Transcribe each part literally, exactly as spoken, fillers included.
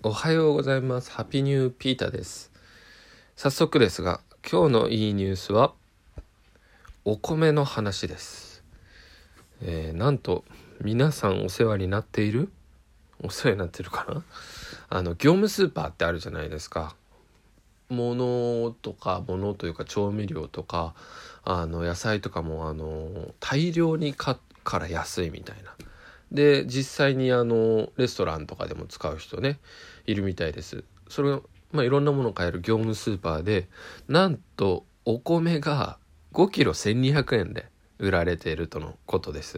おはようございます。ハッピーニューピーターです。早速ですが、今日のいいニュースはお米の話です。えー、なんと皆さんお世話になっているお世話になってるかなあの業務スーパーってあるじゃないですか。物とか物というか調味料とかあの野菜とかもあの大量に買うから安いみたいな。で実際にあのレストランとかでも使う人ねいるみたいです。それまあいろんなものを買える業務スーパーでなんとお米がごキロせんにひゃくえんで売られているとのことです。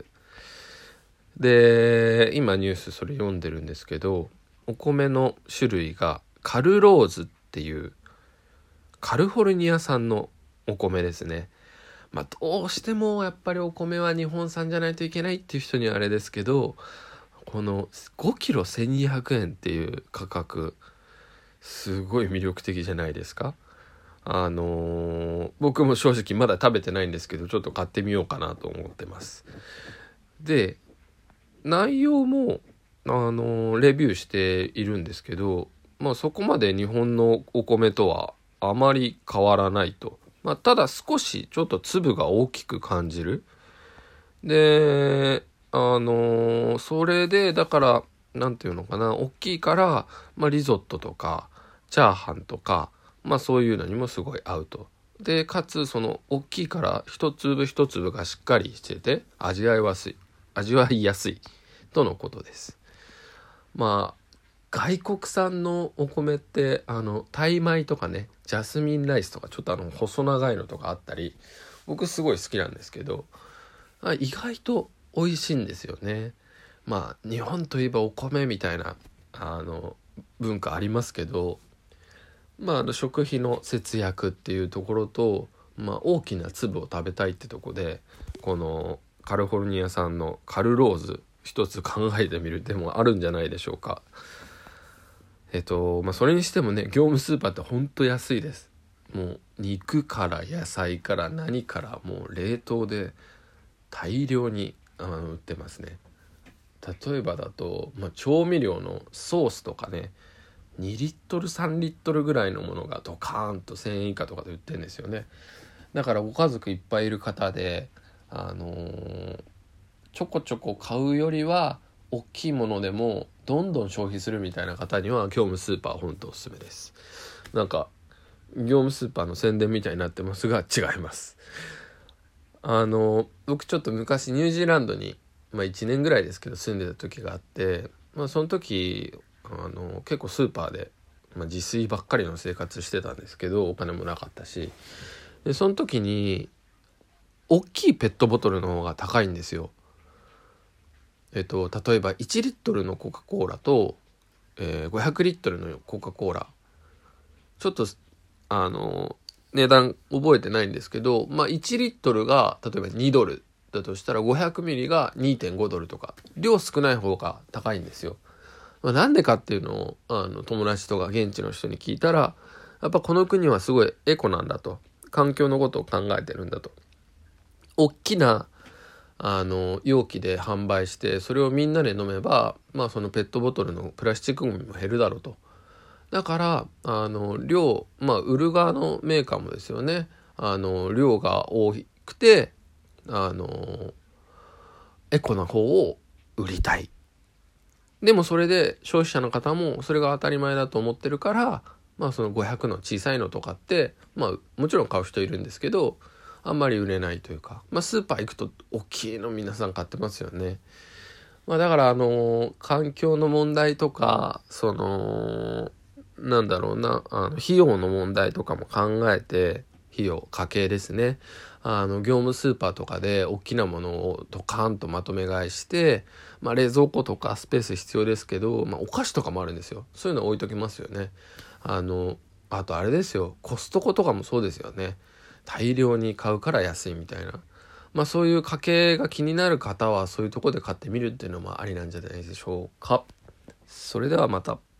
で今ニュースそれ読んでるんですけど、お米の種類がカルローズっていうカリフォルニア産のお米ですね。まあどうしてもやっぱりお米は日本産じゃないといけないっていう人にはあれですけど、このごキロせんにひゃくえんっていう価格すごい魅力的じゃないですか。あのー、僕も正直まだ食べてないんですけどちょっと買ってみようかなと思ってます。で内容もあのー、レビューしているんですけど、まあそこまで日本のお米とはあまり変わらないと。まあ、ただ少しちょっと粒が大きく感じる。で、あのー、それでだからなんていうのかな、大きいから、まあ、リゾットとかチャーハンとか、まあそういうのにもすごい合うと。でかつその大きいから一粒一粒がしっかりしてて味わいやすい味わいやすいとのことです。まあ外国産のお米ってあのタイ米とかね、ジャスミンライスとかちょっとあの細長いのとかあったり、僕すごい好きなんですけど、意外と美味しいんですよね。まあ日本といえばお米みたいなあの文化ありますけど、まあ、あの食費の節約っていうところと、まあ、大きな粒を食べたいってとこでこのカリフォルニア産のカルローズ一つ考えてみる手もあるんじゃないでしょうか。えっとまあそれにしてもね、業務スーパーってほんと安いです。もう肉から野菜から何からもう冷凍で大量にあの売ってますね。例えばだと、まあ、調味料のソースとかね、にリットルさんリットルぐらいのものがドカーンとせんえん以下とかで売ってるんですよね。だからご家族いっぱいいる方であのー、ちょこちょこ買うよりは大きいものでもどんどん消費するみたいな方には業務スーパー本当おすすめです。なんか業務スーパーの宣伝みたいになってますが違います。あの僕ちょっと昔ニュージーランドに、まあ、いちねんぐらいですけど住んでた時があって、まあ、その時あの結構スーパーで、まあ、自炊ばっかりの生活してたんですけど、お金もなかったし、でその時に大きいペットボトルの方が高いんですよ。えっと例えばいちリットルのコカ・コーラと、えー、ごひゃくリットルのコカ・コーラ、ちょっとあの値段覚えてないんですけど、まあいちリットルが例えばにドルだとしたらごひゃくミリが にてんごドルとか、量少ない方が高いんですよ。まあ、なんでかっていうのをあの友達とか現地の人に聞いたら、やっぱこの国はすごいエコなんだと、環境のことを考えてるんだと、大きなあの容器で販売してそれをみんなで飲めば、まあそのペットボトルのプラスチックゴミも減るだろうと。だからあの量、まあ売る側のメーカーもですよね、あの量が多くてあのエコな方を売りたい。でもそれで消費者の方もそれが当たり前だと思ってるから、まあそのごひゃくの小さいのとかってまあもちろん買う人いるんですけど、あんまり売れないというか、まあスーパー行くと大きいの皆さん買ってますよね。まあだからあの環境の問題とか、そのなんだろうな、あの費用の問題とかも考えて、費用家計ですね、あの業務スーパーとかで大きなものをドカーンとまとめ買いして、まあ、冷蔵庫とかスペース必要ですけど、まあ、お菓子とかもあるんですよ。そういうの置いときますよね。あのあとあれですよ、コストコとかもそうですよね。大量に買うから安いみたいな。まあそういう家計が気になる方はそういうところで買ってみるっていうのもありなんじゃないでしょうか。それではまた。